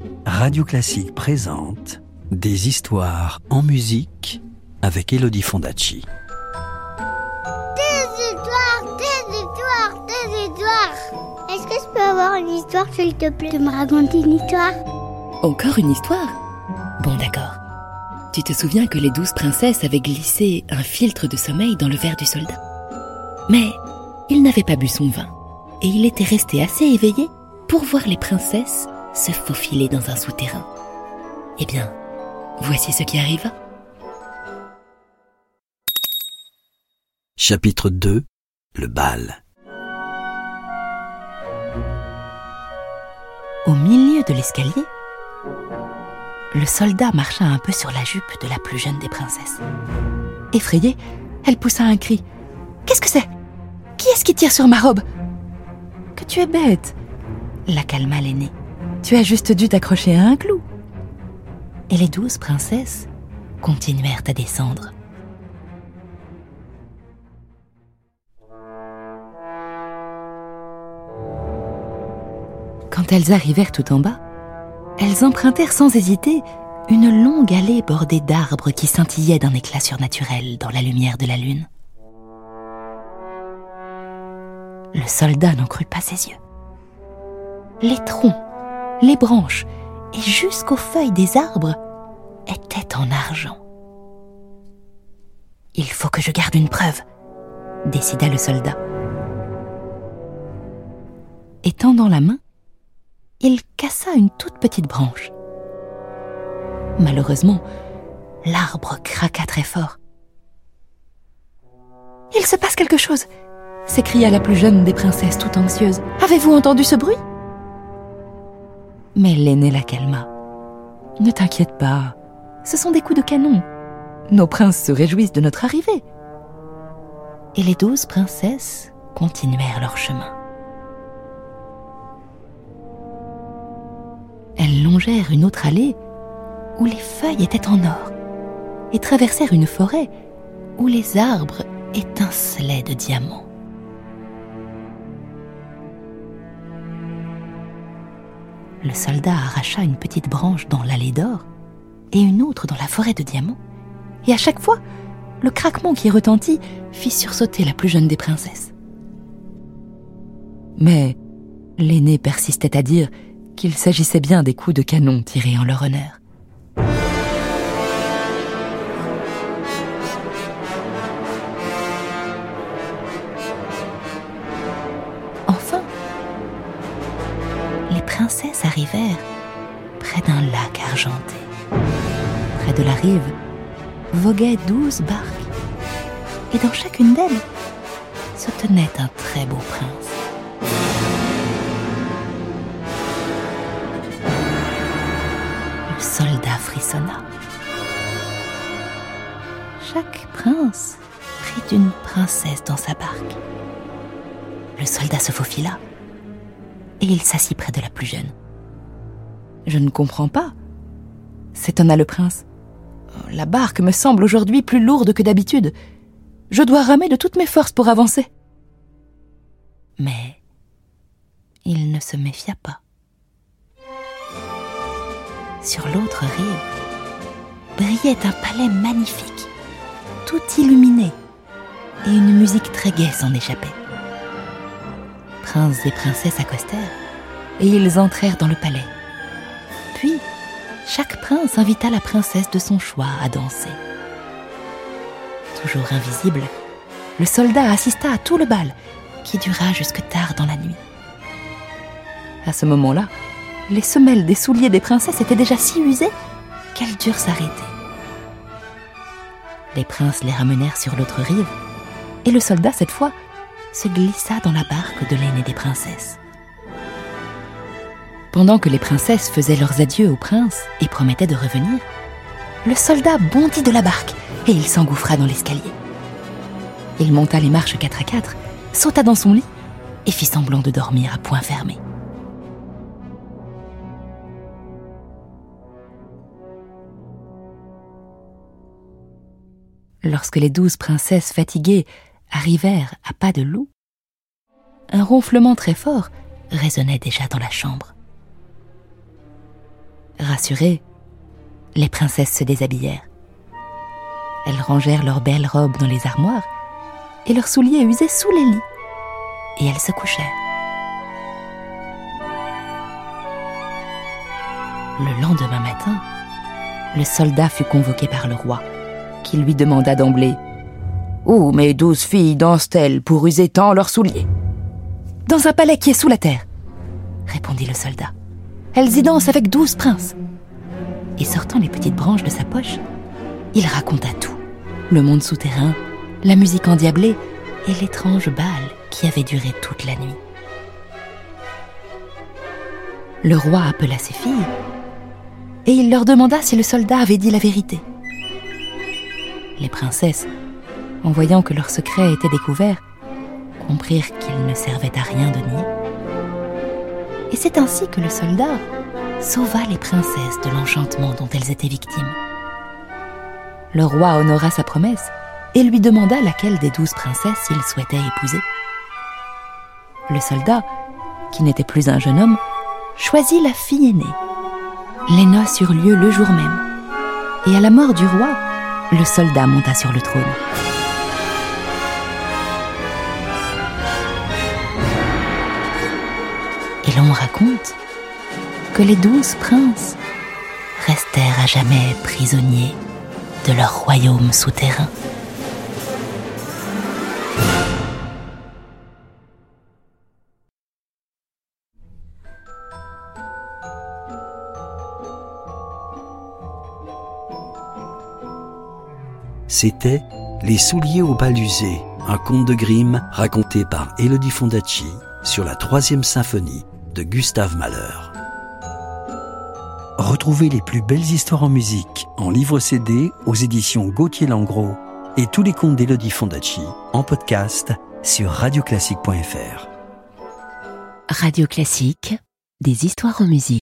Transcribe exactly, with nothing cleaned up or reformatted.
Radio Classique présente Des histoires en musique avec Elodie Fondacci. Des histoires, des histoires, des histoires. Est-ce que je peux avoir une histoire, s'il te plaît, de me raconter une histoire? Encore une histoire? Bon, d'accord. Tu te souviens que les douze princesses avaient glissé un filtre de sommeil dans le verre du soldat? Mais il n'avait pas bu son vin, et il était resté assez éveillé pour voir les princesses se faufiler dans un souterrain. Eh bien, voici ce qui arriva. Chapitre deux. Le bal. Au milieu de l'escalier, le soldat marcha un peu sur la jupe de la plus jeune des princesses. Effrayée, elle poussa un cri. « Qu'est-ce que c'est? Qui est-ce qui tire sur ma robe ?»« Que tu es bête !» la calma l'aînée. « Tu as juste dû t'accrocher à un clou. » Et les douze princesses continuèrent à descendre. Quand elles arrivèrent tout en bas, elles empruntèrent sans hésiter une longue allée bordée d'arbres qui scintillaient d'un éclat surnaturel dans la lumière de la lune. Le soldat n'en crut pas ses yeux. Les troncs, les branches et jusqu'aux feuilles des arbres étaient en argent. « Il faut que je garde une preuve », décida le soldat. Et tendant la main, il cassa une toute petite branche. Malheureusement, l'arbre craqua très fort. « Il se passe quelque chose !» s'écria la plus jeune des princesses tout anxieuse. « Avez-vous entendu ce bruit ?» Mais l'aînée la calma. « Ne t'inquiète pas, ce sont des coups de canon. Nos princes se réjouissent de notre arrivée. » Et les douze princesses continuèrent leur chemin. Elles longèrent une autre allée où les feuilles étaient en or et traversèrent une forêt où les arbres étincelaient de diamants. Le soldat arracha une petite branche dans l'allée d'or et une autre dans la forêt de diamants, et à chaque fois, le craquement qui retentit fit sursauter la plus jeune des princesses. Mais l'aînée persistait à dire qu'il s'agissait bien des coups de canon tirés en leur honneur. Enfin, les princesses arrivèrent près d'un lac argenté. Près de la rive voguaient douze barques, et dans chacune d'elles se tenait un très beau prince. Le soldat frissonna. Chaque prince prit une princesse dans sa barque. Le soldat se faufila et il s'assit près de la plus jeune. « Je ne comprends pas », s'étonna le prince. « La barque me semble aujourd'hui plus lourde que d'habitude. Je dois ramer de toutes mes forces pour avancer. » Mais il ne se méfia pas. Sur l'autre rive brillait un palais magnifique, tout illuminé, et une musique très gaie s'en échappait. Princes et princesses accostèrent, et ils entrèrent dans le palais. Puis, chaque prince invita la princesse de son choix à danser. Toujours invisible, le soldat assista à tout le bal, qui dura jusque tard dans la nuit. À ce moment-là, les semelles des souliers des princesses étaient déjà si usées qu'elles durent s'arrêter. Les princes les ramenèrent sur l'autre rive, et le soldat, cette fois, se glissa dans la barque de l'aînée des princesses. Pendant que les princesses faisaient leurs adieux au prince et promettaient de revenir, le soldat bondit de la barque et il s'engouffra dans l'escalier. Il monta les marches quatre à quatre, sauta dans son lit et fit semblant de dormir à poings fermés. Lorsque les douze princesses fatiguées arrivèrent à pas de loup, un ronflement très fort résonnait déjà dans la chambre. Rassurées, les princesses se déshabillèrent. Elles rangèrent leurs belles robes dans les armoires et leurs souliers usés sous les lits, et elles se couchèrent. Le lendemain matin, le soldat fut convoqué par le roi, qui lui demanda d'emblée « Où mes douze filles dansent-elles pour user tant leurs souliers ?»« Dans un palais qui est sous la terre, » répondit le soldat. « Elles y dansent avec douze princes. » Et sortant les petites branches de sa poche, il raconta tout, le monde souterrain, la musique endiablée et l'étrange bal qui avait duré toute la nuit. Le roi appela ses filles et il leur demanda si le soldat avait dit la vérité. Les princesses, en voyant que leur secret était découvert, comprirent qu'il ne servait à rien de nier. Et c'est ainsi que le soldat sauva les princesses de l'enchantement dont elles étaient victimes. Le roi honora sa promesse et lui demanda laquelle des douze princesses il souhaitait épouser. Le soldat, qui n'était plus un jeune homme, choisit la fille aînée. Les noces eurent lieu le jour même, et à la mort du roi, le soldat monta sur le trône. Et l'on raconte que les douze princes restèrent à jamais prisonniers de leur royaume souterrain. C'était Les souliers au bal usé, un conte de Grimm raconté par Elodie Fondacci sur la troisième symphonie de Gustave Mahler. Retrouvez les plus belles histoires en musique en livre C D aux éditions Gauthier-Langros et tous les contes d'Elodie Fondacci en podcast sur radio classique point f r. Radio Classique, des histoires en musique.